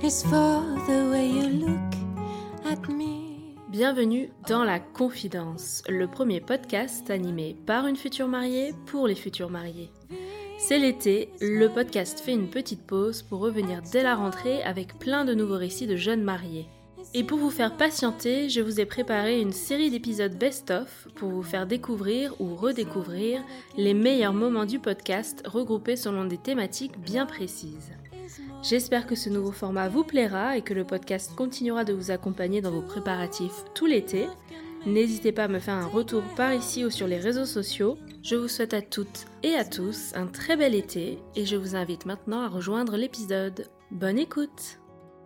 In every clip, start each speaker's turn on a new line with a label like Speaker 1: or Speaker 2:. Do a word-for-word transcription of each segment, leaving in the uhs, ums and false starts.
Speaker 1: is for the way you look at me.
Speaker 2: Bienvenue dans La Confidence, le premier podcast animé par une future mariée pour les futurs mariés. C'est l'été, le podcast fait une petite pause pour revenir dès la rentrée avec plein de nouveaux récits de jeunes mariés. Et pour vous faire patienter, je vous ai préparé une série d'épisodes best-of pour vous faire découvrir ou redécouvrir les meilleurs moments du podcast regroupés selon des thématiques bien précises. J'espère que ce nouveau format vous plaira et que le podcast continuera de vous accompagner dans vos préparatifs tout l'été. N'hésitez pas à me faire un retour par ici ou sur les réseaux sociaux. Je vous souhaite à toutes et à tous un très bel été et je vous invite maintenant à rejoindre l'épisode. Bonne écoute!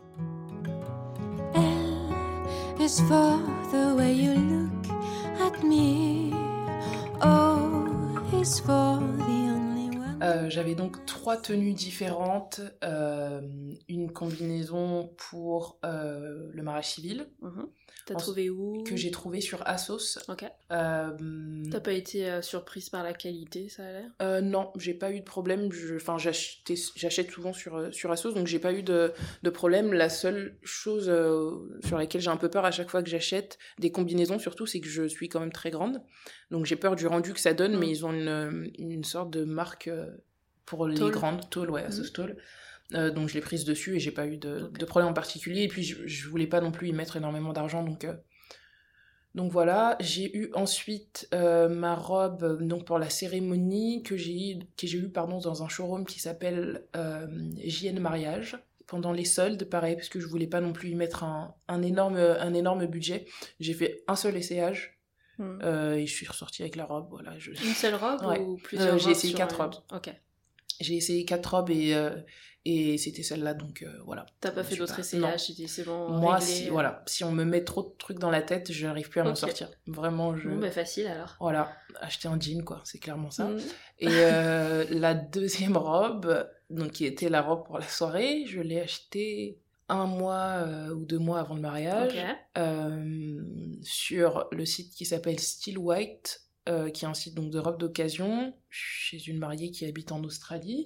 Speaker 1: L is for the way you look at me. O is for the only one.
Speaker 3: Euh, j'avais donc trois tenues différentes, euh, une combinaison pour euh, le mariage civil.
Speaker 2: Mmh. T'as trouvé où?
Speaker 3: Que j'ai trouvé sur Asos.
Speaker 2: Ok.
Speaker 3: Euh,
Speaker 2: T'as pas été euh, surprise par la qualité, ça a l'air?
Speaker 3: euh, Non, j'ai pas eu de problème. Je, enfin, j'achetais, j'achète souvent sur, sur Asos, donc j'ai pas eu de, de problème. La seule chose euh, sur laquelle j'ai un peu peur à chaque fois que j'achète des combinaisons, surtout, c'est que je suis quand même très grande. Donc j'ai peur du rendu que ça donne, mmh. mais ils ont une, une sorte de marque euh, pour les Tall. Grandes. Tall, ouais, Asos mmh. Tall. Euh, donc je l'ai prise dessus et j'ai pas eu de, okay. de problème en particulier, et puis je, je voulais pas non plus y mettre énormément d'argent, donc euh... donc voilà. J'ai eu ensuite euh, ma robe euh, donc pour la cérémonie que j'ai eu que j'ai eu pardon dans un showroom qui s'appelle euh, J N Mariage pendant les soldes, pareil, parce que je voulais pas non plus y mettre un, un énorme un énorme budget. J'ai fait un seul essayage. Mmh. Euh, et je suis ressortie avec la robe, voilà. Je...
Speaker 2: Une seule robe ouais. ou plusieurs
Speaker 3: euh,
Speaker 2: robes?
Speaker 3: J'ai essayé quatre
Speaker 2: un...
Speaker 3: robes.
Speaker 2: Ok.
Speaker 3: J'ai essayé quatre robes et, euh, et c'était celle-là, donc euh, voilà.
Speaker 2: T'as pas fait d'autres pas... essayages? J'ai dit c'est bon.
Speaker 3: Moi,
Speaker 2: réglé...
Speaker 3: si, voilà, si on me met trop de trucs dans la tête, je n'arrive plus à okay. m'en sortir. Vraiment, je...
Speaker 2: Bon, bah facile alors.
Speaker 3: Voilà, acheter un jean, quoi, c'est clairement ça. Mm. Et euh, la deuxième robe, donc qui était la robe pour la soirée, je l'ai achetée un mois euh, ou deux mois avant le mariage, okay. euh, sur le site qui s'appelle Still White. Euh, qui est un site donc de robes d'occasion chez une mariée qui habite en Australie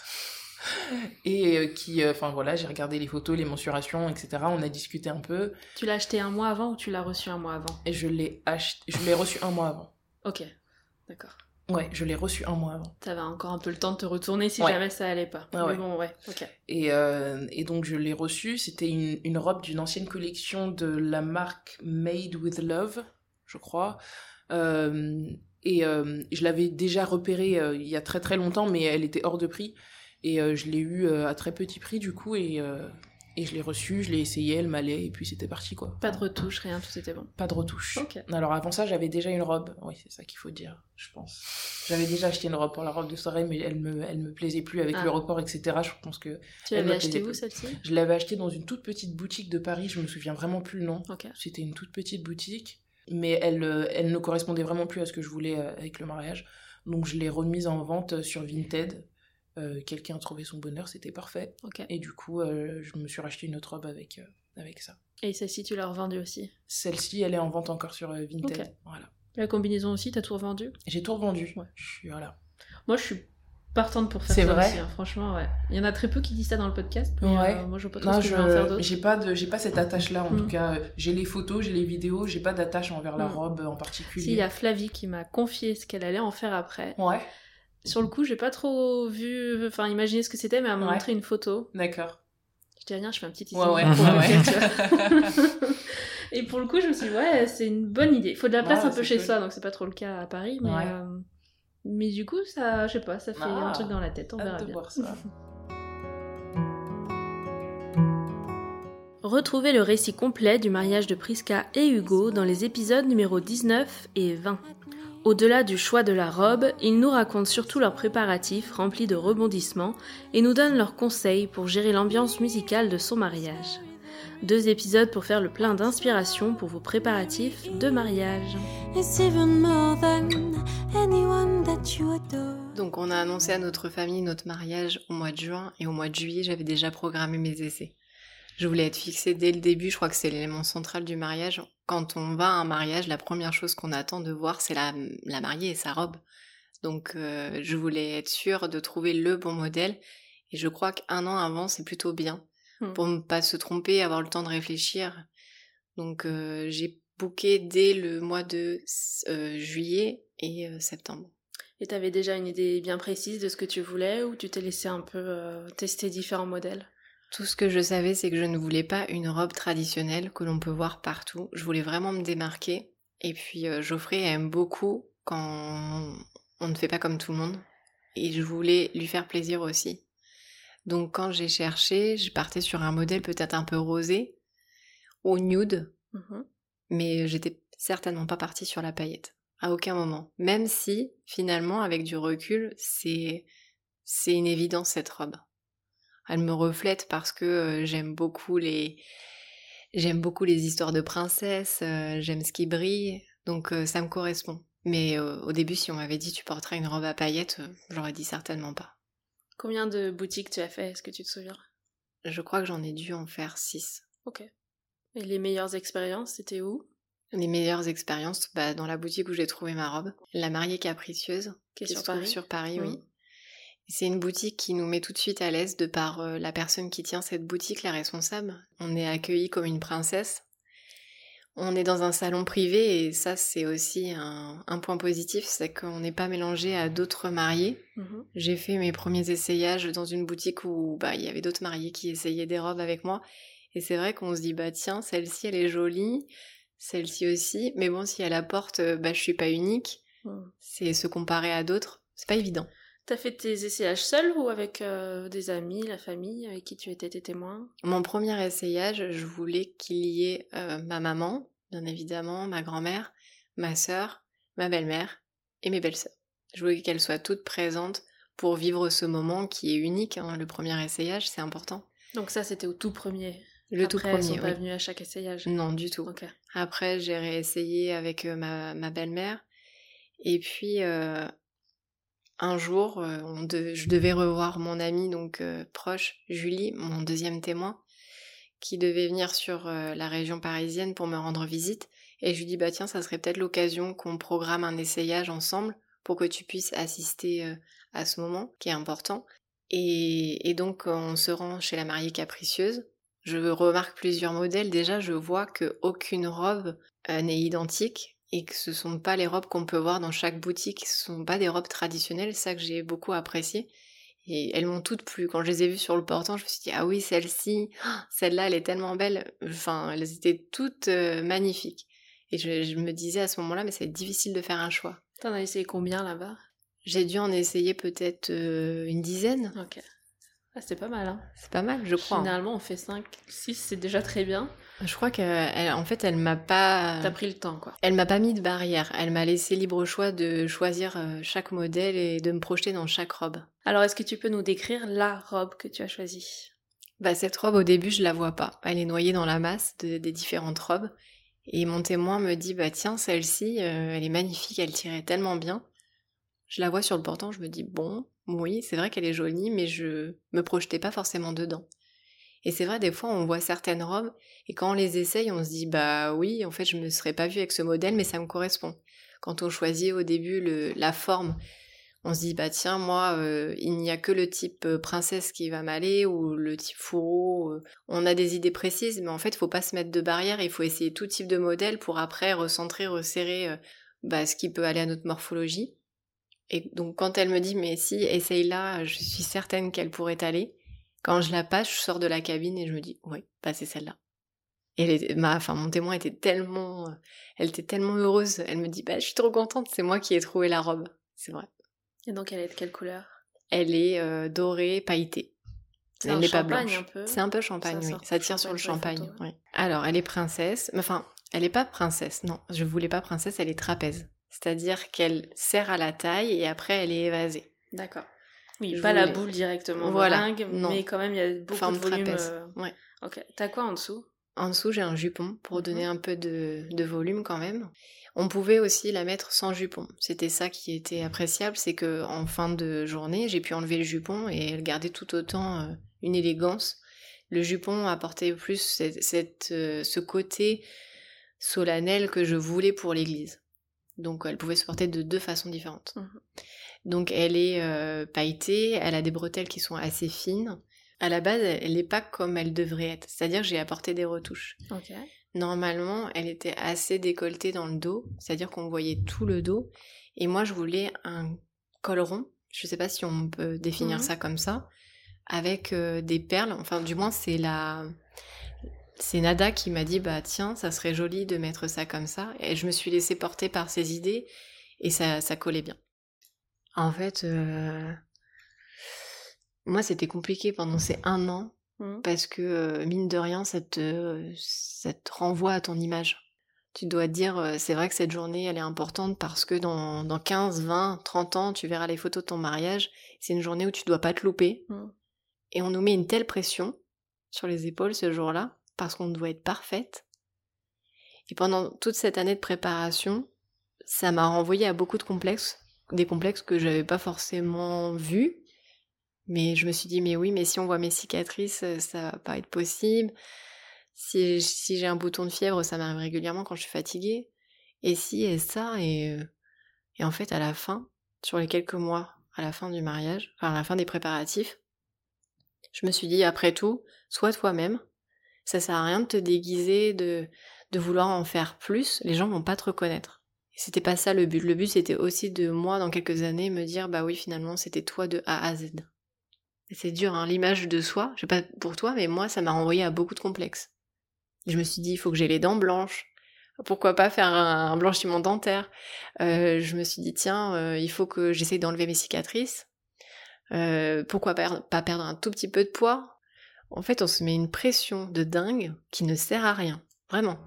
Speaker 3: et euh, qui enfin euh, voilà, j'ai regardé les photos, les mensurations, etc. On a discuté un peu.
Speaker 2: Tu l'as acheté un mois avant ou tu l'as reçu un mois avant?
Speaker 3: Et je l'ai acheté je l'ai reçu un mois avant.
Speaker 2: Ok, d'accord.
Speaker 3: Ouais, je l'ai reçu un mois avant.
Speaker 2: T'avais encore un peu le temps de te retourner si
Speaker 3: ouais.
Speaker 2: jamais ça allait pas.
Speaker 3: Ah,
Speaker 2: mais
Speaker 3: ouais.
Speaker 2: bon, ouais, ok.
Speaker 3: Et, euh, et donc je l'ai reçu, c'était une, une robe d'une ancienne collection de la marque Made with Love, je crois. Euh, et euh, je l'avais déjà repérée euh, il y a très très longtemps, mais elle était hors de prix, et euh, je l'ai eue euh, à très petit prix du coup, et, euh, et je l'ai reçue, je l'ai essayée, elle m'allait, et puis c'était parti, quoi.
Speaker 2: Pas de retouche, rien, tout était bon? Pas
Speaker 3: de retouche.
Speaker 2: Okay.
Speaker 3: Alors avant ça, j'avais déjà une robe, oui, c'est ça qu'il faut dire, je pense. J'avais déjà acheté une robe pour la robe de soirée, mais elle me, elle me plaisait plus avec ah. le report, et cetera. Je pense que...
Speaker 2: Tu l'avais achetée où, celle-ci?
Speaker 3: Je l'avais achetée dans une toute petite boutique de Paris, je me souviens vraiment plus le nom.
Speaker 2: Okay.
Speaker 3: C'était une toute petite boutique. Mais elle, elle ne correspondait vraiment plus à ce que je voulais avec le mariage. Donc je l'ai remise en vente sur Vinted. Euh, quelqu'un a trouvé son bonheur, c'était parfait.
Speaker 2: Okay.
Speaker 3: Et du coup, euh, je me suis racheté une autre robe avec, euh, avec ça.
Speaker 2: Et celle-ci, tu l'as revendue aussi?
Speaker 3: Celle-ci, elle est en vente encore sur euh, Vinted.
Speaker 2: Okay.
Speaker 3: Voilà.
Speaker 2: La combinaison aussi, t'as tout revendu?
Speaker 3: J'ai tout revendu.
Speaker 2: Ouais.
Speaker 3: Je suis, voilà.
Speaker 2: Moi, je suis partante pour faire
Speaker 3: c'est
Speaker 2: ça
Speaker 3: vrai
Speaker 2: aussi, hein. Franchement, ouais. Il y en a très peu qui disent ça dans le podcast, mais
Speaker 3: ouais.
Speaker 2: euh, moi je vois pas trop
Speaker 3: non,
Speaker 2: ce que
Speaker 3: je
Speaker 2: je vais en faire d'autre.
Speaker 3: J'ai pas, de, j'ai pas cette attache-là, en
Speaker 2: mm.
Speaker 3: tout cas. J'ai les photos, j'ai les vidéos, j'ai pas d'attache envers la mm. robe en particulier.
Speaker 2: Si, il y a Flavie qui m'a confié ce qu'elle allait en faire après.
Speaker 3: Ouais.
Speaker 2: Sur le coup, j'ai pas trop vu, enfin imaginé ce que c'était, mais elle m'a ouais. montré une photo.
Speaker 3: D'accord.
Speaker 2: Je dis rien, je fais un petit
Speaker 3: ouais, ouais. ouais.
Speaker 2: Et pour le coup, je me suis dit, ouais, c'est une bonne idée. Il faut de la place ouais, un peu chez cool. soi, donc c'est pas trop le cas à Paris, mais...
Speaker 3: Ouais.
Speaker 2: Euh... Mais du coup, ça, je sais pas, ça fait ah, un truc dans la tête, on verra
Speaker 3: de
Speaker 2: bien.
Speaker 3: Voir ça.
Speaker 2: Retrouvez le récit complet du mariage de Prisca et Hugo dans les épisodes numéro dix-neuf et vingt. Au-delà du choix de la robe, ils nous racontent surtout leurs préparatifs remplis de rebondissements et nous donnent leurs conseils pour gérer l'ambiance musicale de son mariage. Deux épisodes pour faire le plein d'inspiration pour vos préparatifs de mariage.
Speaker 4: Donc on a annoncé à notre famille notre mariage au mois de juin, et au mois de juillet j'avais déjà programmé mes essais. Je voulais être fixée dès le début, je crois que c'est l'élément central du mariage. Quand on va à un mariage, la première chose qu'on attend de voir, c'est la, la mariée et sa robe. Donc euh, je voulais être sûre de trouver le bon modèle, et je crois qu'un an avant c'est plutôt bien. mmh. pour ne pas se tromper, avoir le temps de réfléchir. Donc euh, j'ai booké dès le mois de euh, juillet et euh, septembre.
Speaker 2: Et t'avais déjà une idée bien précise de ce que tu voulais ou tu t'es laissé un peu euh, tester différents modèles?
Speaker 4: Tout ce que je savais, c'est que je ne voulais pas une robe traditionnelle que l'on peut voir partout. Je voulais vraiment me démarquer. Et puis euh, Geoffrey aime beaucoup quand on ne fait pas comme tout le monde. Et je voulais lui faire plaisir aussi. Donc quand j'ai cherché, je partais sur un modèle peut-être un peu rosé ou nude. Mmh. Mais j'étais certainement pas partie sur la paillette. À aucun moment. Même si, finalement, avec du recul, c'est, c'est une évidence cette robe. Elle me reflète parce que euh, j'aime beaucoup les... J'aime beaucoup les histoires de princesses, euh, j'aime ce qui brille, donc euh, ça me correspond. Mais euh, au début, si on m'avait dit tu porterais une robe à paillettes, euh, j'aurais dit certainement pas.
Speaker 2: Combien de boutiques tu as fait, est-ce que tu te souviens?
Speaker 4: Je crois que j'en ai dû en faire six.
Speaker 2: Ok. Et les meilleures expériences, c'était où?
Speaker 4: Les meilleures expériences, bah, dans la boutique où j'ai trouvé ma robe, La Mariée Capricieuse,
Speaker 2: qui est
Speaker 4: qui
Speaker 2: sur
Speaker 4: se trouve
Speaker 2: Paris,
Speaker 4: sur Paris,
Speaker 2: mmh.
Speaker 4: oui. C'est une boutique qui nous met tout de suite à l'aise de par euh, la personne qui tient cette boutique, la responsable. On est accueillis comme une princesse. On est dans un salon privé et ça c'est aussi un, un point positif, c'est qu'on n'est pas mélangé à d'autres mariés. Mmh. J'ai fait mes premiers essayages dans une boutique où bah, il y avait d'autres mariés qui essayaient des robes avec moi. Et c'est vrai qu'on se dit bah tiens, celle-ci elle est jolie, celle-ci aussi. Mais bon, si elle apporte, bah je suis pas unique. Mmh. C'est se comparer à d'autres, c'est pas évident.
Speaker 2: T'as fait tes essayages seul ou avec euh, des amis, la famille, avec qui tu étais tes témoins?
Speaker 4: Mon premier essayage, je voulais qu'il y ait euh, ma maman, bien évidemment, ma grand-mère, ma sœur, ma belle-mère et mes belles-sœurs. Je voulais qu'elles soient toutes présentes pour vivre ce moment qui est unique. Hein. Le premier essayage, c'est important.
Speaker 2: Donc ça, c'était au tout premier?
Speaker 4: Le
Speaker 2: Après,
Speaker 4: tout premier,
Speaker 2: elles sont pas
Speaker 4: oui.
Speaker 2: venues à chaque essayage?
Speaker 4: Non, du tout.
Speaker 2: Okay.
Speaker 4: Après, j'ai réessayé avec euh, ma, ma belle-mère. Et puis... Euh, Un jour, euh, on de... je devais revoir mon amie donc euh, proche, Julie, mon deuxième témoin, qui devait venir sur euh, la région parisienne pour me rendre visite. Et je lui dis, bah tiens, ça serait peut-être l'occasion qu'on programme un essayage ensemble pour que tu puisses assister euh, à ce moment qui est important. Et, et donc, on se rend chez la Mariée Capricieuse. Je remarque plusieurs modèles. Déjà, je vois qu'aucune robe euh, n'est identique. Et que ce sont pas les robes qu'on peut voir dans chaque boutique, ce sont pas des robes traditionnelles, c'est ça que j'ai beaucoup apprécié. Et elles m'ont toutes plu. Quand je les ai vues sur le portant, je me suis dit, ah oui, celle-ci, celle-là, elle est tellement belle. Enfin, elles étaient toutes euh, magnifiques. Et je, je me disais à ce moment-là, mais c'est difficile de faire un choix.
Speaker 2: T'en as essayé combien là-bas?
Speaker 4: J'ai dû en essayer peut-être euh, une dizaine.
Speaker 2: Ok. Ah, c'était pas mal, hein?
Speaker 4: C'est pas mal, je crois.
Speaker 2: Généralement, on fait cinq, six, c'est déjà très bien.
Speaker 4: Je crois qu'en fait, elle m'a pas...
Speaker 2: T'as pris le temps, quoi.
Speaker 4: Elle m'a pas mis de barrière. Elle m'a laissé libre choix de choisir chaque modèle et de me projeter dans chaque robe.
Speaker 2: Alors, est-ce que tu peux nous décrire la robe que tu as choisie?
Speaker 4: Bah, cette robe, au début, je la vois pas. Elle est noyée dans la masse de, des différentes robes. Et mon témoin me dit, bah tiens, celle-ci, euh, elle est magnifique, elle tirait tellement bien. Je la vois sur le portant, je me dis, bon, oui, c'est vrai qu'elle est jolie, mais je me projetais pas forcément dedans. Et c'est vrai, des fois, on voit certaines robes, et quand on les essaye, on se dit, bah oui, en fait, je me serais pas vue avec ce modèle, mais ça me correspond. Quand on choisit au début le, la forme, on se dit, bah tiens, moi, euh, il n'y a que le type euh, princesse qui va m'aller, ou le type fourreau. Euh, on a des idées précises, mais en fait, il faut pas se mettre de barrière, il faut essayer tout type de modèle pour après recentrer, resserrer euh, bah, ce qui peut aller à notre morphologie. Et donc, quand elle me dit, mais si, essaye-la, je suis certaine qu'elle pourrait aller. Quand je la passe, je sors de la cabine et je me dis, oui, bah c'est celle-là. Et elle était, ma, enfin, mon témoin était tellement, elle était tellement heureuse. Elle me dit, bah je suis trop contente, c'est moi qui ai trouvé la robe. C'est vrai.
Speaker 2: Et donc elle est de quelle couleur?
Speaker 4: Elle est euh, dorée, pailletée.
Speaker 2: C'est
Speaker 4: elle
Speaker 2: un
Speaker 4: n'est pas
Speaker 2: champagne
Speaker 4: blanche.
Speaker 2: un peu.
Speaker 4: C'est un peu champagne, ça oui. Ça tire sur le champagne.
Speaker 2: Photo,
Speaker 4: oui. Alors, elle est princesse. Enfin, elle n'est pas princesse. Non, je voulais pas princesse. Elle est trapèze. C'est-à-dire qu'elle serre à la taille et après elle est évasée.
Speaker 2: D'accord. Oui,
Speaker 4: je
Speaker 2: pas
Speaker 4: voulais...
Speaker 2: la boule directement
Speaker 4: voilà,
Speaker 2: meringue,
Speaker 4: non.
Speaker 2: mais quand même il y a beaucoup
Speaker 4: Forme
Speaker 2: de volume.
Speaker 4: trapèze.
Speaker 2: Euh...
Speaker 4: Ouais.
Speaker 2: Ok. T'as quoi en dessous?
Speaker 4: En dessous, j'ai un jupon pour
Speaker 2: mm-hmm.
Speaker 4: donner un peu de, de volume quand même. On pouvait aussi la mettre sans jupon. C'était ça qui était appréciable, c'est que en fin de journée, j'ai pu enlever le jupon et elle gardait tout autant euh, une élégance. Le jupon apportait plus cette, cette, euh, ce côté solennel que je voulais pour l'église. Donc elle pouvait se porter de deux façons différentes. Mm-hmm. Donc elle est euh, pailletée, elle a des bretelles qui sont assez fines. À la base, elle n'est pas comme elle devrait être. C'est-à-dire que j'ai apporté des retouches.
Speaker 2: Ok.
Speaker 4: Normalement, elle était assez décolletée dans le dos. C'est-à-dire qu'on voyait tout le dos. Et moi, je voulais un col rond. Je sais pas si on peut définir mmh. ça comme ça. Avec euh, des perles. Enfin, du moins, c'est la... C'est Nada qui m'a dit, bah tiens, ça serait joli de mettre ça comme ça. Et je me suis laissée porter par ses idées. Et ça, ça collait bien. En fait... Euh... Moi, c'était compliqué pendant ces un an, mmh. parce que, euh, mine de rien, ça te, ça te renvoie à ton image. Tu dois te dire, euh, c'est vrai que cette journée, elle est importante parce que dans, dans quinze, vingt, trente ans, tu verras les photos de ton mariage. C'est une journée où tu dois pas te louper. Mmh. Et on nous met une telle pression sur les épaules ce jour-là, parce qu'on doit être parfaite. Et pendant toute cette année de préparation, ça m'a renvoyé à beaucoup de complexes, des complexes que j'avais pas forcément vus. Mais je me suis dit, mais oui, mais si on voit mes cicatrices, ça va pas être possible. Si, si j'ai un bouton de fièvre, ça m'arrive régulièrement quand je suis fatiguée. Et si, et ça, et, et en fait, à la fin, sur les quelques mois, à la fin du mariage, enfin, à la fin des préparatifs, je me suis dit, après tout, sois toi-même. Ça sert à rien de te déguiser, de, de vouloir en faire plus. Les gens vont pas te reconnaître. Et c'était pas ça le but. Le but, c'était aussi de moi, dans quelques années, me dire, bah oui, finalement, c'était toi de A à Z. Et c'est dur, hein, l'image de soi, je sais pas pour toi, mais moi, ça m'a renvoyé à beaucoup de complexes. Et je me suis dit, il faut que j'ai les dents blanches. Pourquoi pas faire un, un blanchiment dentaire. euh, Je me suis dit, tiens, euh, il faut que j'essaye d'enlever mes cicatrices. Euh, pourquoi pas, pas perdre un tout petit peu de poids. En fait, on se met une pression de dingue qui ne sert à rien. Vraiment.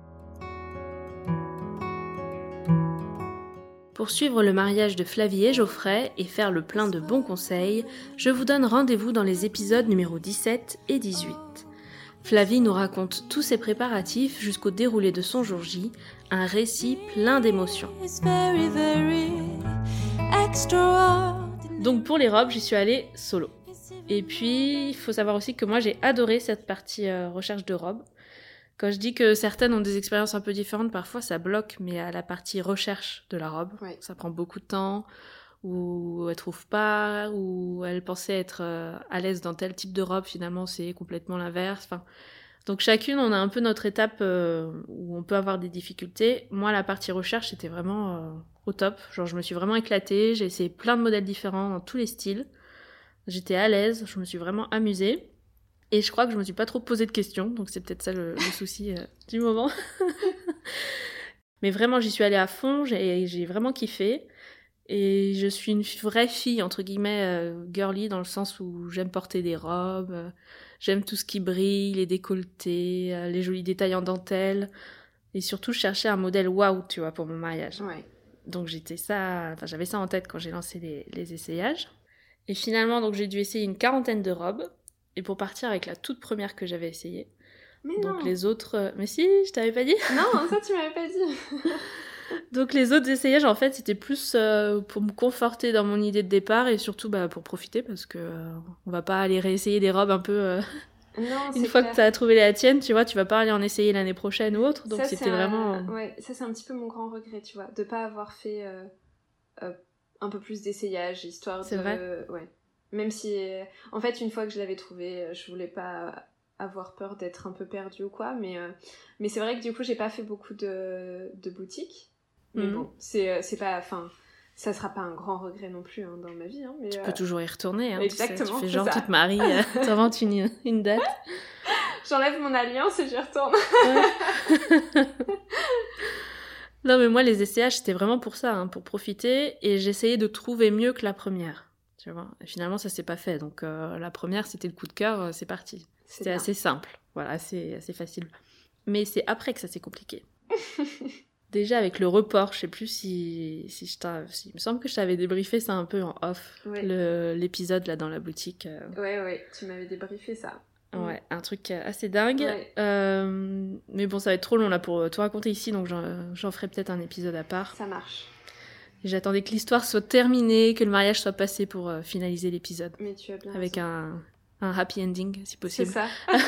Speaker 2: Pour suivre le mariage de Flavie et Geoffrey et faire le plein de bons conseils, je vous donne rendez-vous dans les épisodes numéro dix-sept et dix-huit. Flavie nous raconte tous ses préparatifs jusqu'au déroulé de son jour J, un récit plein d'émotions. Donc pour les robes, j'y suis allée solo. Et puis, il faut savoir aussi que moi j'ai adoré cette partie euh, recherche de robes. Quand je dis que certaines ont des expériences un peu différentes, parfois ça bloque, mais à la partie recherche de la robe, ouais. Ça prend beaucoup de temps, ou elles trouvent pas, ou elles pensaient être euh, à l'aise dans tel type de robe, finalement c'est complètement l'inverse. Enfin, donc chacune, on a un peu notre étape euh, où on peut avoir des difficultés. Moi, la partie recherche, c'était vraiment euh, au top. Genre, je me suis vraiment éclatée, j'ai essayé plein de modèles différents dans tous les styles. J'étais à l'aise, je me suis vraiment amusée. Et je crois que je me suis pas trop posé de questions, donc c'est peut-être ça le, le souci euh, du moment. Mais vraiment, j'y suis allée à fond, j'ai, j'ai vraiment kiffé. Et je suis une vraie fille, entre guillemets, euh, girly, dans le sens où j'aime porter des robes, euh, j'aime tout ce qui brille, les décolletés, euh, les jolis détails en dentelle. Et surtout, je cherchais un modèle waouh, tu vois, pour mon mariage. Ouais. Donc j'étais ça, enfin, j'avais ça en tête quand j'ai lancé les, les essayages. Et finalement, donc j'ai dû essayer une quarantaine de robes. Et pour partir avec la toute première que j'avais essayée. Mais donc non. Les autres... Euh... Mais si, je t'avais pas dit.
Speaker 4: Non, ça tu m'avais pas dit.
Speaker 2: Donc les autres essayages, en fait, c'était plus euh, pour me conforter dans mon idée de départ et surtout bah, pour profiter parce que euh, on va pas aller réessayer des robes un peu... Euh...
Speaker 4: Non,
Speaker 2: une fois clair. Que tu as trouvé la tienne, tu vois, tu vas pas aller en essayer l'année prochaine ou autre. Donc
Speaker 5: ça,
Speaker 2: c'était vraiment...
Speaker 5: Un... Ouais, ça c'est un petit peu mon grand regret, tu vois, de pas avoir fait euh, euh, un peu plus d'essayages, histoire
Speaker 2: c'est
Speaker 5: de...
Speaker 2: vrai
Speaker 5: ouais. Même si, en fait, une fois que je l'avais trouvé, je voulais pas avoir peur d'être un peu perdue ou quoi, mais, euh, mais c'est vrai que du coup, j'ai pas fait beaucoup de, de boutiques. Mais mmh. bon, c'est, c'est pas, enfin, ça sera pas un grand regret non plus hein, dans ma vie. Hein, mais,
Speaker 2: tu
Speaker 5: euh...
Speaker 2: peux toujours y retourner. Hein,
Speaker 5: exactement.
Speaker 2: Tu, sais, tu fais genre, ça. Tu te maries, euh, t'inventes une, une date.
Speaker 5: J'enlève mon alliance et j'y retourne.
Speaker 2: Ouais. Non, mais moi, les essayages, c'était vraiment pour ça, hein, pour profiter, et j'essayais de trouver mieux que la première. Tu vois, et finalement ça s'est pas fait, donc euh, la première c'était le coup de cœur, euh, c'est parti.
Speaker 5: C'est
Speaker 2: c'était bien. Assez simple, voilà, assez, assez facile. Mais c'est après que ça s'est compliqué. Déjà avec le report, je sais plus si, si je t'ai... Si, il me semble que je t'avais débriefé ça un peu en off, ouais. le, l'épisode là dans la boutique. Euh...
Speaker 5: Ouais, ouais, tu m'avais débriefé ça.
Speaker 2: Ouais, mmh. Un truc assez dingue.
Speaker 5: Ouais.
Speaker 2: Euh, mais bon, ça va être trop long là pour te raconter ici, donc j'en, j'en ferai peut-être un épisode à part.
Speaker 5: Ça marche.
Speaker 2: J'attendais que l'histoire soit terminée, que le mariage soit passé pour euh, finaliser l'épisode.
Speaker 5: Mais tu as bien
Speaker 2: avec un, un happy ending, si possible.
Speaker 5: C'est ça.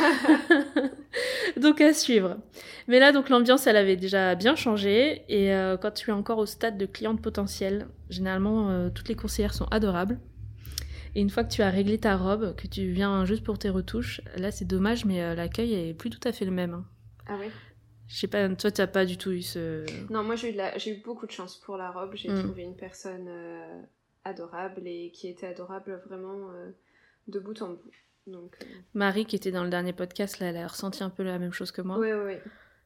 Speaker 2: Donc à suivre. Mais là, donc l'ambiance, elle avait déjà bien changé. Et euh, quand tu es encore au stade de cliente potentielle, généralement, euh, toutes les conseillères sont adorables. Et une fois que tu as réglé ta robe, que tu viens juste pour tes retouches, là c'est dommage, mais euh, l'accueil est plus tout à fait le même. Hein.
Speaker 5: Ah oui.
Speaker 2: Je sais pas, toi t'as pas du tout eu ce...
Speaker 5: Non, moi j'ai eu, de la... j'ai eu beaucoup de chance pour la robe. J'ai
Speaker 2: Mm.
Speaker 5: trouvé une personne euh, adorable et qui était adorable vraiment euh, de bout en bout. Donc, euh...
Speaker 2: Marie qui était dans le dernier podcast, là, elle a ressenti un peu la même chose que moi.
Speaker 5: Oui, oui, oui.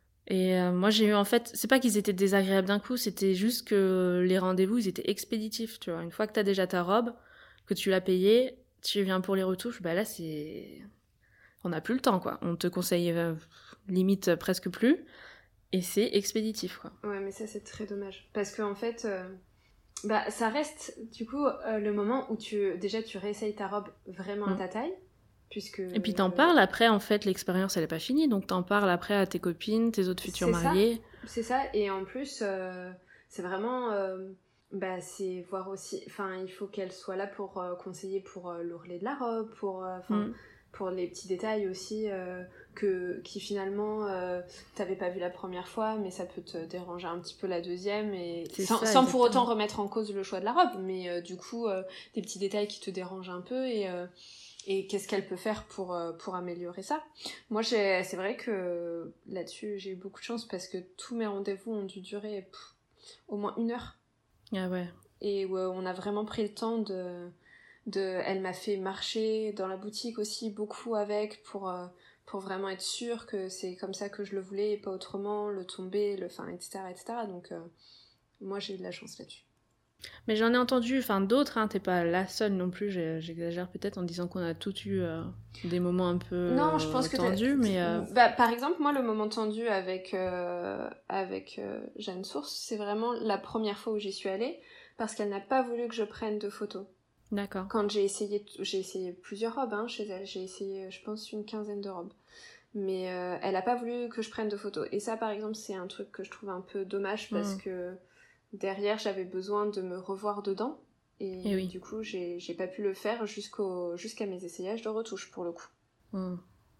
Speaker 2: Et euh, moi j'ai eu en fait, c'est pas qu'ils étaient désagréables d'un coup, c'était juste que les rendez-vous ils étaient expéditifs, tu vois. Une fois que t'as déjà ta robe, que tu l'as payée, tu viens pour les retouches, bah là c'est... On n'a plus le temps quoi, on te conseille euh, limite euh, presque plus, et c'est expéditif quoi.
Speaker 5: Ouais, mais ça c'est très dommage. Parce qu'en en fait, euh, bah, ça reste du coup euh, le moment où tu déjà tu réessayes ta robe vraiment
Speaker 2: Mm.
Speaker 5: à ta taille. Puisque...
Speaker 2: Et puis t'en parles après, en fait, l'expérience elle est pas finie, donc t'en parles après à tes copines, tes autres futurs
Speaker 5: c'est
Speaker 2: mariés.
Speaker 5: Ça, c'est ça, et en plus, euh, c'est vraiment, euh, bah, c'est voir aussi, enfin, il faut qu'elle soit là pour euh, conseiller pour euh, l'ourlet de la robe, pour, enfin, euh,
Speaker 2: Mm.
Speaker 5: pour les petits détails aussi, euh, que, qui finalement, euh, t'avais pas vu la première fois, mais ça peut te déranger un petit peu la deuxième, et
Speaker 2: C'est
Speaker 5: sans,
Speaker 2: ça,
Speaker 5: sans pour
Speaker 2: exactement.
Speaker 5: autant remettre en cause le choix de la robe, mais euh, du coup, euh, des petits détails qui te dérangent un peu, et... Euh, Et qu'est-ce qu'elle peut faire pour, euh, pour améliorer ça ? Moi, j'ai, c'est vrai que là-dessus, j'ai eu beaucoup de chance parce que tous mes rendez-vous ont dû durer pff, au moins une heure.
Speaker 2: Ah ouais.
Speaker 5: Et où, euh, on a vraiment pris le temps de, de... Elle m'a fait marcher dans la boutique aussi beaucoup avec pour, euh, pour vraiment être sûre que c'est comme ça que je le voulais et pas autrement, le tomber, le... Enfin, et cetera, et cetera. Donc, euh, moi, j'ai eu de la chance là-dessus.
Speaker 2: Mais j'en ai entendu, enfin d'autres, hein, t'es pas la seule non plus, j'exagère peut-être en disant qu'on a tous eu euh, des moments un peu
Speaker 5: non, je pense
Speaker 2: euh,
Speaker 5: que
Speaker 2: tendus, mais... Euh...
Speaker 5: Bah, par exemple, moi, le moment tendu avec, euh, avec euh, Jeanne Source, c'est vraiment la première fois où j'y suis allée, parce qu'elle n'a pas voulu que je prenne de photos.
Speaker 2: D'accord.
Speaker 5: Quand j'ai essayé, j'ai essayé plusieurs robes hein, chez elle, j'ai essayé, je pense, une quinzaine de robes. Mais euh, elle n'a pas voulu que je prenne de photos. Et ça, par exemple, c'est un truc que je trouve un peu dommage, parce mmh. que... Derrière, j'avais besoin de me revoir dedans. Et, et oui. Du coup, j'ai, j'ai pas pu le faire jusqu'au, jusqu'à mes essayages de retouche, pour le coup.
Speaker 2: Mmh.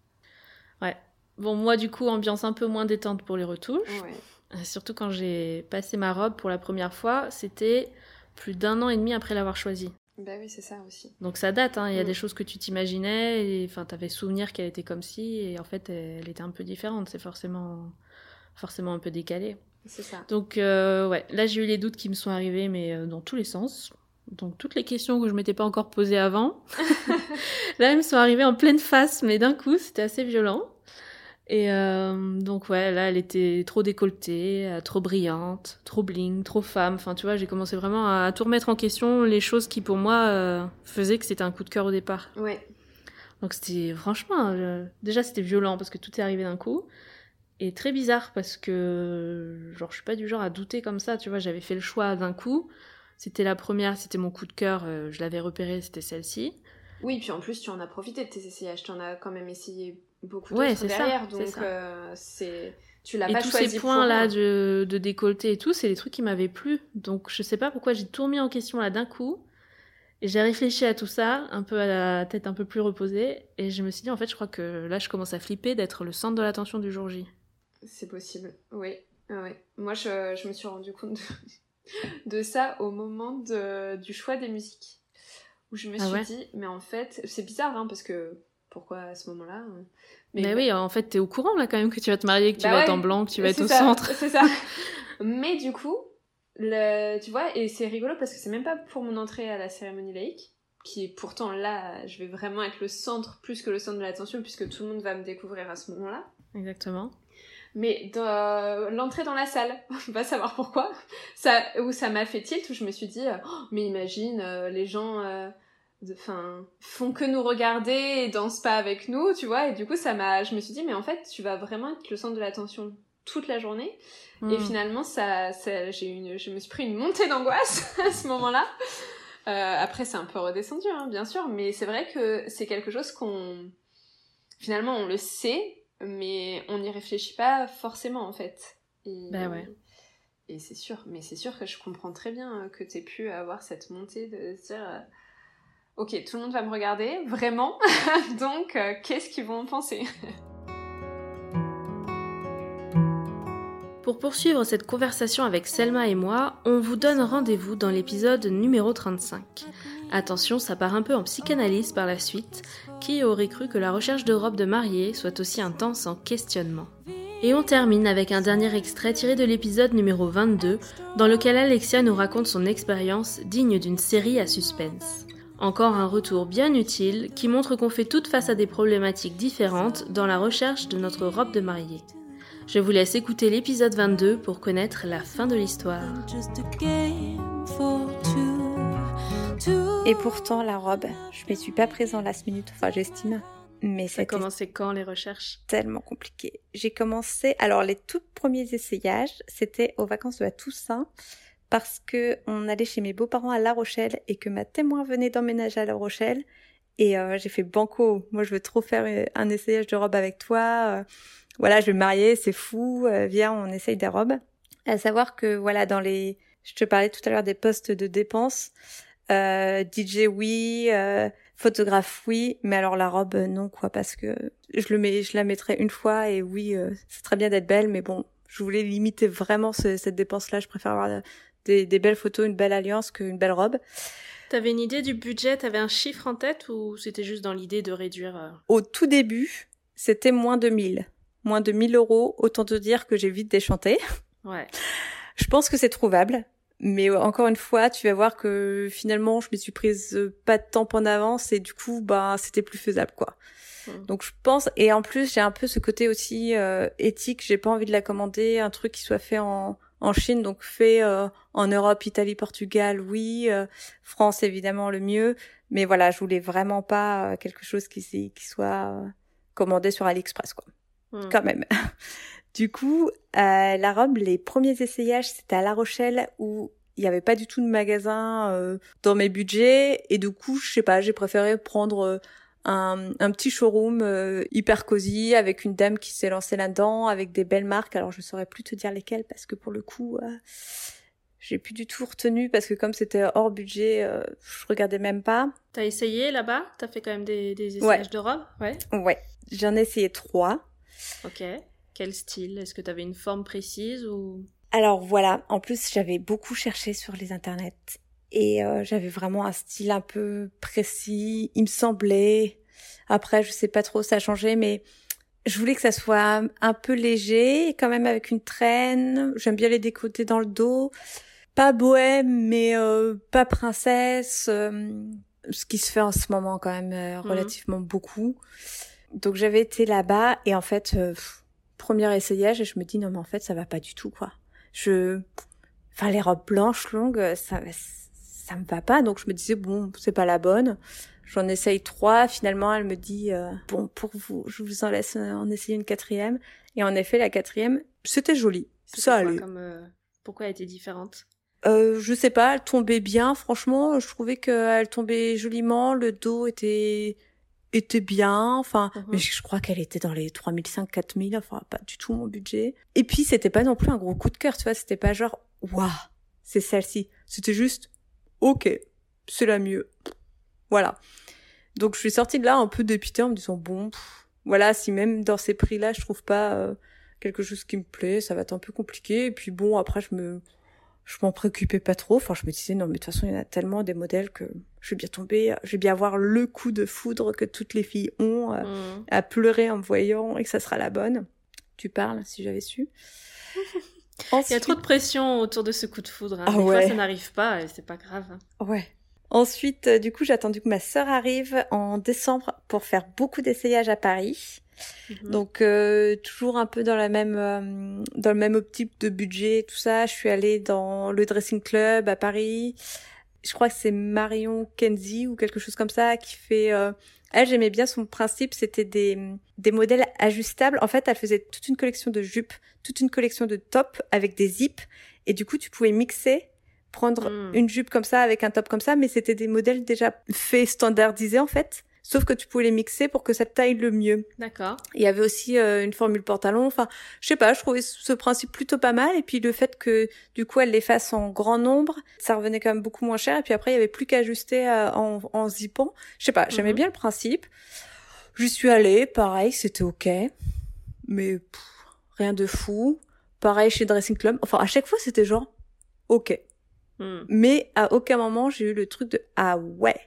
Speaker 2: Ouais. Bon, moi, du coup, ambiance un peu moins détente pour les retouches.
Speaker 5: Ouais.
Speaker 2: Surtout quand j'ai passé ma robe pour la première fois, c'était plus d'un an et demi après l'avoir choisie.
Speaker 5: Bah oui, c'est ça aussi.
Speaker 2: Donc ça date, hein. Il y a mmh. des choses que tu t'imaginais, et enfin, t'avais souvenir qu'elle était comme ci, et en fait, elle était un peu différente. C'est forcément, forcément un peu décalé.
Speaker 5: C'est ça.
Speaker 2: Donc, euh, ouais, là, j'ai eu les doutes qui me sont arrivés, mais euh, dans tous les sens. Donc, toutes les questions que je m'étais pas encore posées avant, là, elles me sont arrivées en pleine face, mais d'un coup, c'était assez violent. Et euh, donc, ouais, là, elle était trop décolletée, euh, trop brillante, trop bling, trop femme. Enfin, tu vois, j'ai commencé vraiment à, à tout remettre en question, les choses qui, pour moi, euh, faisaient que c'était un coup de cœur au départ.
Speaker 5: Ouais.
Speaker 2: Donc, c'était, franchement, euh, déjà, c'était violent, parce que tout est arrivé d'un coup. Et très bizarre parce que genre je suis pas du genre à douter comme ça, tu vois, j'avais fait le choix d'un coup, c'était la première, c'était mon coup de cœur, euh, je l'avais repérée, c'était celle-ci.
Speaker 5: Oui, puis en plus tu en as profité de tes essayages, tu en as quand même essayé beaucoup
Speaker 2: ouais,
Speaker 5: d'autres
Speaker 2: c'est
Speaker 5: derrière,
Speaker 2: ça,
Speaker 5: donc
Speaker 2: c'est,
Speaker 5: euh, c'est tu l'as
Speaker 2: et
Speaker 5: pas
Speaker 2: tous
Speaker 5: choisi
Speaker 2: ces points
Speaker 5: pour
Speaker 2: là de, de décolleté et tout, c'est les trucs qui m'avaient plu, donc je sais pas pourquoi j'ai tout remis en question là d'un coup. Et j'ai réfléchi à tout ça, un peu à la tête un peu plus reposée, et je me suis dit en fait je crois que là je commence à flipper d'être le centre de l'attention du jour J.
Speaker 5: C'est possible, oui. oui. Moi, je, je me suis rendu compte de, de ça au moment de, du choix des musiques. Où je me suis ah ouais. dit, mais en fait, c'est bizarre, hein, parce que pourquoi à ce moment-là
Speaker 2: Mais, mais bah, oui, en fait, t'es au courant là quand même que tu vas te marier, que tu
Speaker 5: bah
Speaker 2: vas
Speaker 5: ouais,
Speaker 2: être en blanc, que tu vas être au
Speaker 5: ça,
Speaker 2: centre.
Speaker 5: C'est ça. Mais du coup, le, tu vois, et c'est rigolo parce que c'est même pas pour mon entrée à la cérémonie laïque, qui est pourtant là, je vais vraiment être le centre plus que le centre de l'attention, puisque tout le monde va me découvrir à ce moment-là.
Speaker 2: Exactement.
Speaker 5: Mais dans l'entrée dans la salle, on va savoir pourquoi, ça, où ça m'a fait tilt, où je me suis dit, oh, mais imagine, euh, les gens euh, de, font que nous regarder et dansent pas avec nous, tu vois, et du coup, ça m'a, je me suis dit, mais en fait, tu vas vraiment être le centre de l'attention toute la journée, mmh. et finalement, ça, ça, j'ai une, je me suis pris une montée d'angoisse à ce moment-là. Euh, après, c'est un peu redescendu, hein, bien sûr, mais c'est vrai que c'est quelque chose qu'on, finalement, on le sait, mais on n'y réfléchit pas forcément en fait. Et,
Speaker 2: bah ouais.
Speaker 5: Et c'est sûr, mais c'est sûr que je comprends très bien que t'aies pu avoir cette montée de se dire euh, ok, tout le monde va me regarder, vraiment, donc euh, qu'est-ce qu'ils vont en penser?
Speaker 2: Pour poursuivre cette conversation avec Selma et moi, on vous donne rendez-vous dans l'épisode numéro trente-cinq. Attention, ça part un peu en psychanalyse par la suite. Qui aurait cru que la recherche de robe de mariée soit aussi intense en questionnement? Et on termine avec un dernier extrait tiré de l'épisode numéro vingt-deux, dans lequel Alexia nous raconte son expérience digne d'une série à suspense. Encore un retour bien utile qui montre qu'on fait toutes face à des problématiques différentes dans la recherche de notre robe de mariée. Je vous laisse écouter l'épisode vingt-deux pour connaître la fin de l'histoire.
Speaker 6: Et pourtant, la robe, je ne m'y suis pas prise en last minute, enfin j'estime. Mais
Speaker 2: ça a commencé quand les recherches?
Speaker 6: Tellement compliqué. J'ai commencé, alors les tout premiers essayages, c'était aux vacances de la Toussaint, parce que on allait chez mes beaux-parents à La Rochelle et que ma témoin venait d'emménager à La Rochelle. Et euh, j'ai fait banco, moi je veux trop faire un essayage de robe avec toi. Euh, voilà, je vais me marier, c'est fou, euh, viens, on essaye des robes. À savoir que voilà, dans les, je te parlais tout à l'heure des postes de dépenses, euh, D J oui, euh, photographe oui, mais alors la robe euh, non quoi, parce que je le mets, je la mettrai une fois et oui, euh, c'est très bien d'être belle, mais bon, je voulais limiter vraiment ce, cette dépense-là. Je préfère avoir des, des belles photos, une belle alliance qu'une belle robe.
Speaker 2: T'avais une idée du budget, t'avais un chiffre en tête ou c'était juste dans l'idée de réduire euh...
Speaker 6: Au tout début, c'était moins de mille. Moins de mille euros, autant te dire que j'ai vite déchanté.
Speaker 2: Ouais.
Speaker 6: Je pense que c'est trouvable, mais encore une fois, tu vas voir que finalement, je me suis prise pas de temps en avance et du coup, bah, c'était plus faisable, quoi. Mmh. Donc je pense, et en plus, j'ai un peu ce côté aussi euh, éthique. J'ai pas envie de la commander, un truc qui soit fait en en Chine, donc fait euh, en Europe, Italie, Portugal, oui, euh, France évidemment le mieux, mais voilà, je voulais vraiment pas euh, quelque chose qui qui soit euh, commandé sur AliExpress, quoi. Mmh. Quand même. Du coup, euh, la robe, les premiers essayages, c'était à La Rochelle où il y avait pas du tout de magasin euh, dans mes budgets et du coup, je sais pas, j'ai préféré prendre euh, un, un petit showroom euh, hyper cosy avec une dame qui s'est lancée là-dedans avec des belles marques. Alors, je saurais plus te dire lesquelles parce que pour le coup, euh, j'ai plus du tout retenu parce que comme c'était hors budget, euh, je regardais même pas.
Speaker 2: T'as essayé là-bas? T'as fait quand même des, des essayages ouais. de robe? Ouais.
Speaker 6: Ouais. J'en ai essayé trois.
Speaker 2: Ok. Quel style? Est-ce que tu avais une forme précise ou...
Speaker 6: Alors voilà, en plus j'avais beaucoup cherché sur les internets et euh, j'avais vraiment un style un peu précis, il me semblait. Après je sais pas trop, ça a changé, mais je voulais que ça soit un peu léger, quand même avec une traîne. J'aime bien les décotés dans le dos. Pas bohème, mais euh, pas princesse. Euh, ce qui se fait en ce moment quand même euh, relativement mmh. beaucoup. Donc j'avais été là-bas et en fait, euh, premier essayage et je me dis non mais en fait ça va pas du tout quoi. Je, enfin les robes blanches longues, ça, ça me va pas. Donc je me disais bon c'est pas la bonne. J'en essaye trois. Finalement elle me dit euh, bon pour vous, je vous en laisse en essayer une quatrième. Et en effet la quatrième c'était joli.
Speaker 2: C'était
Speaker 6: ça
Speaker 2: quoi,
Speaker 6: allait.
Speaker 2: Comme, euh, pourquoi elle était différente?
Speaker 6: Euh, je sais pas, elle tombait bien. Franchement, je trouvais qu'elle tombait joliment. Le dos était était bien, enfin, uh-huh. mais je crois qu'elle était dans les trois mille cinq cents, quatre mille, enfin, pas du tout mon budget. Et puis, c'était pas non plus un gros coup de cœur, tu vois, c'était pas genre, waouh, c'est celle-ci. C'était juste, ok, c'est la mieux. Voilà. Donc, je suis sortie de là un peu dépitée en me disant, bon, pff, voilà, si même dans ces prix-là, je trouve pas euh, quelque chose qui me plaît, ça va être un peu compliqué. Et puis bon, après, je me, je m'en préoccupais pas trop. Enfin, je me disais, non, mais de toute façon, il y en a tellement des modèles que je vais bien tomber, je vais bien avoir le coup de foudre que toutes les filles ont, euh, mmh. à pleurer en me voyant et que ça sera la bonne. Tu parles, si j'avais su.
Speaker 2: Ensuite... Il y a trop de pression autour de ce coup de foudre. Hein.
Speaker 6: Ah
Speaker 2: des
Speaker 6: ouais.
Speaker 2: fois, ça n'arrive pas et c'est pas grave. Hein.
Speaker 6: Ouais. Ensuite, euh, du coup, j'ai attendu que ma sœur arrive en décembre pour faire beaucoup d'essayages à Paris. Mmh. Donc euh, toujours un peu dans la même euh, dans le même optique de budget, tout ça. Je suis allée dans le dressing club à Paris. Je crois que c'est Marion Kenzie ou quelque chose comme ça qui fait. Euh... Elle, j'aimais bien son principe. C'était des des modèles ajustables. En fait, elle faisait toute une collection de jupes, toute une collection de tops avec des zips. Et du coup, tu pouvais mixer, prendre mmh. une jupe comme ça avec un top comme ça, mais c'était des modèles déjà faits, standardisés en fait. Sauf que tu pouvais les mixer pour que ça te taille le mieux.
Speaker 2: D'accord.
Speaker 6: Il y avait aussi euh, une formule pantalon. Enfin, je sais pas, je trouvais ce principe plutôt pas mal. Et puis le fait que, du coup, elle les fasse en grand nombre, ça revenait quand même beaucoup moins cher. Et puis après, il y avait plus qu'à ajuster euh, en, en zippant. Je sais pas, j'aimais mm-hmm. bien le principe. J'y suis allée, pareil, c'était ok. Mais pff, rien de fou. pareil chez Dressing Club. Enfin, à chaque fois, c'était genre, ok. Mm. Mais à aucun moment, j'ai eu le truc de, ah ouais.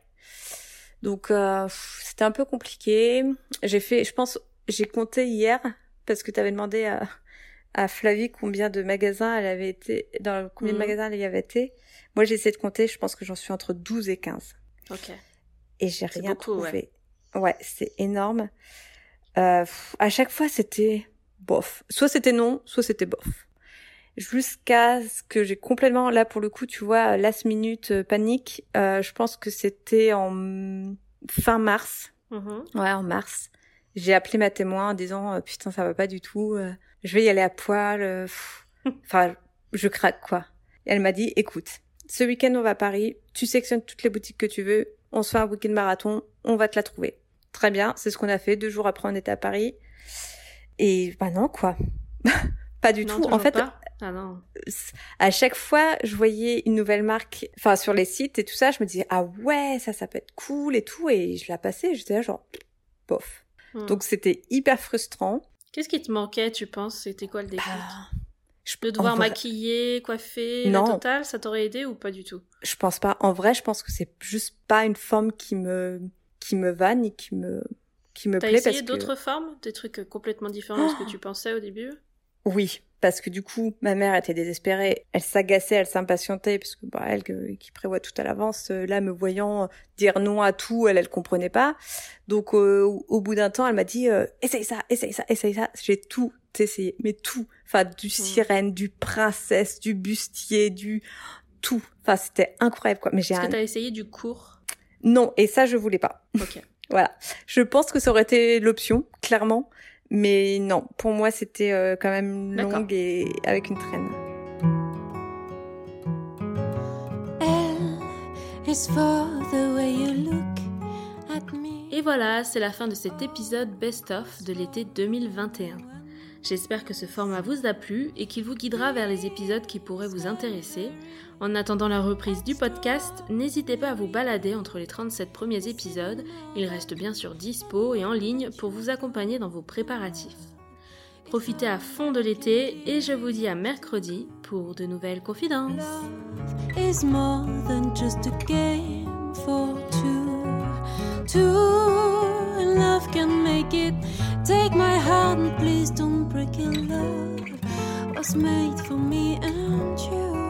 Speaker 6: Donc, euh, c'était un peu compliqué. J'ai fait, je pense, j'ai compté hier, parce que t'avais demandé à, à Flavie combien de magasins elle avait été, dans combien mm. de magasins elle y avait été. Moi, j'ai essayé de compter, je pense que j'en suis entre douze et quinze.
Speaker 2: Ok.
Speaker 6: Et j'ai
Speaker 2: c'est
Speaker 6: rien
Speaker 2: beaucoup,
Speaker 6: trouvé. Ouais, ouais c'est énorme. Euh, à chaque fois, c'était bof. Soit c'était non, soit c'était bof. Jusqu'à ce que j'ai complètement, là pour le coup, tu vois, last minute euh, panique. Euh, je pense que c'était en fin mars. Mm-hmm. Ouais, en mars. J'ai appelé ma témoin en disant euh, putain, ça va pas du tout. Euh, je vais y aller à poil. Euh, enfin, je craque quoi. Et elle m'a dit, écoute, ce week-end on va à Paris. Tu sectionnes toutes les boutiques que tu veux. On se fait un week-end marathon. On va te la trouver. Très bien, c'est ce qu'on a fait. Deux jours après, on était à Paris. Et bah non, quoi. Pas du
Speaker 2: non,
Speaker 6: tout. En fait,
Speaker 2: pas. Ah non.
Speaker 6: À chaque fois, je voyais une nouvelle marque, enfin sur les sites et tout ça, je me disais ah ouais, ça, ça peut être cool et tout, et je la passais, j'étais là genre bof. Hmm. Donc c'était hyper frustrant.
Speaker 2: Qu'est-ce qui te manquait, tu penses? C'était quoi le déclic?
Speaker 6: Ah,
Speaker 2: je peux devoir vrai... maquiller, coiffer, non. La totale, ça t'aurait aidé ou pas du tout?
Speaker 6: Je pense pas. En vrai, je pense que c'est juste pas une forme qui me qui me va ni qui me qui me
Speaker 2: T'as
Speaker 6: plaît.
Speaker 2: T'as essayé
Speaker 6: parce
Speaker 2: d'autres
Speaker 6: que...
Speaker 2: formes, des trucs complètement différents oh de ce que tu pensais au début?
Speaker 6: Oui, parce que du coup, ma mère était désespérée. Elle s'agaçait, elle s'impatientait, parce que bah, elle que, qui prévoit tout à l'avance, euh, là, me voyant euh, dire non à tout, elle, elle comprenait pas. Donc, euh, au, au bout d'un temps, elle m'a dit euh, « Essaye ça, essaye ça, essaye ça ». J'ai tout essayé, mais tout. Enfin, du mmh. sirène, du princesse, du bustier, du... tout. Enfin, c'était incroyable, quoi. Mais j'ai
Speaker 2: Est-ce
Speaker 6: un...
Speaker 2: que t'as essayé du court?
Speaker 6: Non, et ça, je voulais pas.
Speaker 2: Ok.
Speaker 6: Voilà. Je pense que ça aurait été l'option, clairement. Mais non, pour moi, c'était euh, quand même longue D'accord. et avec une traîne.
Speaker 2: Et voilà, c'est la fin de cet épisode best-of de l'été deux mille vingt et un. J'espère que ce format vous a plu et qu'il vous guidera vers les épisodes qui pourraient vous intéresser. En attendant la reprise du podcast, n'hésitez pas à vous balader entre les trente-sept premiers épisodes. Ils restent bien sûr dispo et en ligne pour vous accompagner dans vos préparatifs. Profitez à fond de l'été et je vous dis à mercredi pour de nouvelles confidences. Love is more than just a game for two. Two, love can make it. Take my hand, please don't break it. Love was made for me and you.